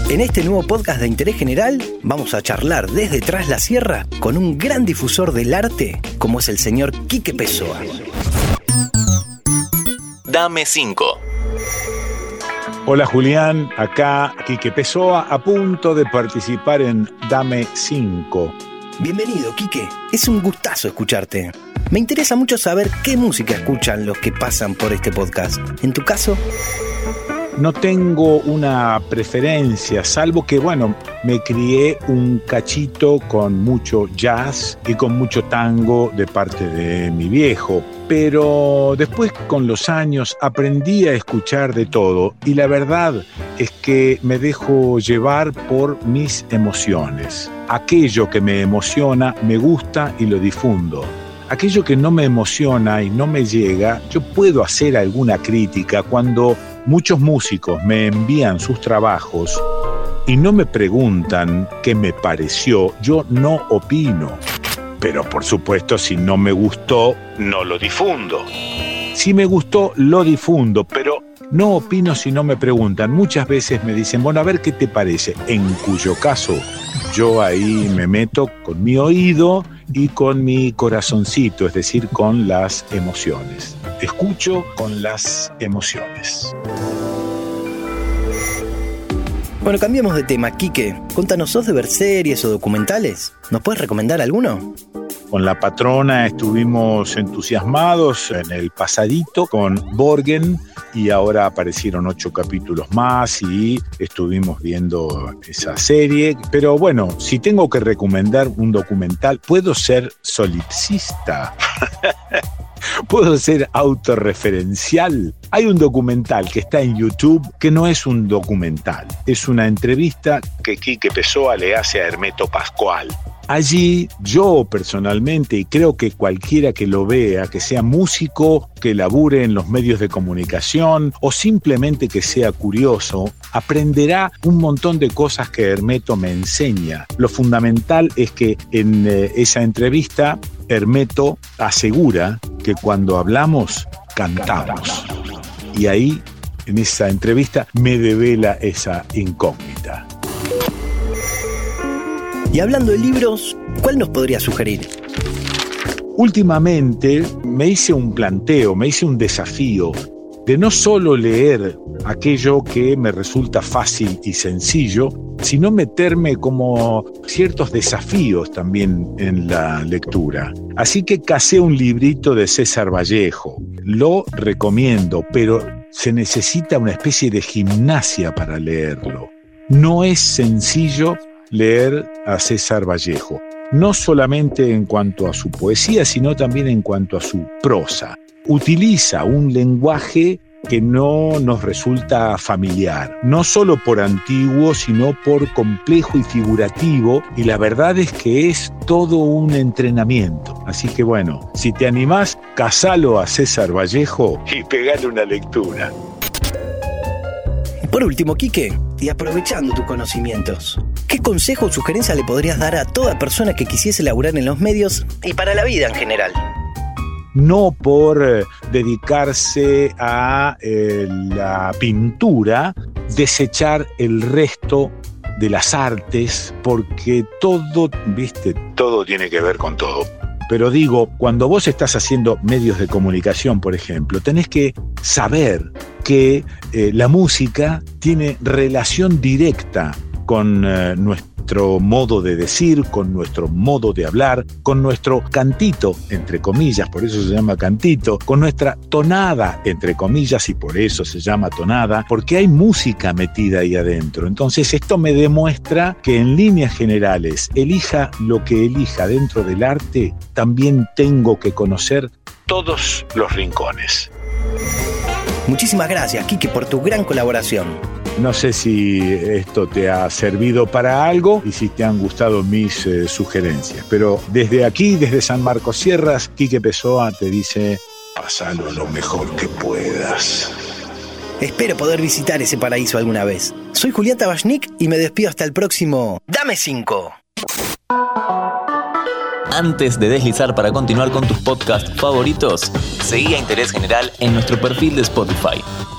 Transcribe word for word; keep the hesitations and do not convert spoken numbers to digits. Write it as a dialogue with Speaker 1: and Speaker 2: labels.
Speaker 1: En este nuevo podcast de Interés General vamos a charlar desde Tras la Sierra con un gran difusor del arte como es el señor Quique Pessoa.
Speaker 2: Dame cinco.
Speaker 3: Hola Julián, acá Quique Pessoa, a punto de participar en Dame cinco.
Speaker 1: Bienvenido, Quique. Es un gustazo escucharte. Me interesa mucho saber qué música escuchan los que pasan por este podcast. En tu caso...
Speaker 3: No tengo una preferencia, salvo que, bueno, me crié un cachito con mucho jazz y con mucho tango de parte de mi viejo. Pero después, con los años, aprendí a escuchar de todo y la verdad es que me dejo llevar por mis emociones. Aquello que me emociona, me gusta y lo difundo. Aquello que no me emociona y no me llega, yo puedo hacer alguna crítica cuando muchos músicos me envían sus trabajos y no me preguntan qué me pareció, yo no opino. Pero por supuesto, si no me gustó, no lo difundo. Si me gustó, lo difundo, pero no opino si no me preguntan. Muchas veces me dicen, bueno, a ver qué te parece, en cuyo caso yo ahí me meto con mi oído y con mi corazoncito, es decir, con las emociones. Escucho con las emociones.
Speaker 1: Bueno, cambiemos de tema, Quique. Contanos, ¿sos de ver series o documentales? ¿Nos puedes recomendar alguno?
Speaker 3: Con la patrona estuvimos entusiasmados en el pasadito con Borgen y ahora aparecieron ocho capítulos más y estuvimos viendo esa serie. Pero bueno, si tengo que recomendar un documental, puedo ser solipsista. Puedo ser autorreferencial. Hay un documental que está en YouTube que no es un documental, es una entrevista que Quique Pessoa le hace a Hermeto Pascoal. Allí yo personalmente, y creo que cualquiera que lo vea, que sea músico, que labure en los medios de comunicación o simplemente que sea curioso, aprenderá un montón de cosas que Hermeto me enseña. Lo fundamental es que en eh, esa entrevista Hermeto asegura que cuando hablamos, cantamos. Y ahí, en esa entrevista, me devela esa incógnita.
Speaker 1: Y hablando de libros, ¿cuál nos podría sugerir?
Speaker 3: Últimamente me hice un planteo, me hice un desafío de no solo leer aquello que me resulta fácil y sencillo, sino meterme como ciertos desafíos también en la lectura. Así que casé un librito de César Vallejo. Lo recomiendo, pero se necesita una especie de gimnasia para leerlo. No es sencillo leer a César Vallejo, no solamente en cuanto a su poesía, sino también en cuanto a su prosa. Utiliza un lenguaje que no nos resulta familiar, no solo por antiguo, sino por complejo y figurativo, y la verdad es que es todo un entrenamiento. Así que bueno, si te animás, casalo a César Vallejo y pegale una lectura.
Speaker 1: Por último, Quique, y aprovechando tus conocimientos, ¿qué consejo o sugerencia le podrías dar a toda persona que quisiese laburar en los medios y para la vida en general?
Speaker 3: No por eh, dedicarse a eh, la pintura, desechar el resto de las artes, porque todo, viste, todo tiene que ver con todo. Pero digo, cuando vos estás haciendo medios de comunicación, por ejemplo, tenés que saber que eh, la música tiene relación directa con eh, nuestro modo de decir, con nuestro modo de hablar, con nuestro cantito, entre comillas, por eso se llama cantito, con nuestra tonada, entre comillas, y por eso se llama tonada, porque hay música metida ahí adentro. Entonces esto me demuestra que en líneas generales, elija lo que elija dentro del arte, también tengo que conocer todos los rincones.
Speaker 1: Muchísimas gracias, Quique, por tu gran colaboración.
Speaker 3: No sé si esto te ha servido para algo y si te han gustado mis eh, sugerencias, pero desde aquí, desde San Marcos Sierras, Quique Pessoa te dice, pasalo lo mejor que puedas.
Speaker 1: Espero poder visitar ese paraíso alguna vez. Soy Julián Tabachnik y me despido hasta el próximo Dame cinco.
Speaker 2: Antes de deslizar para continuar con tus podcasts favoritos, seguí a Interés General en nuestro perfil de Spotify.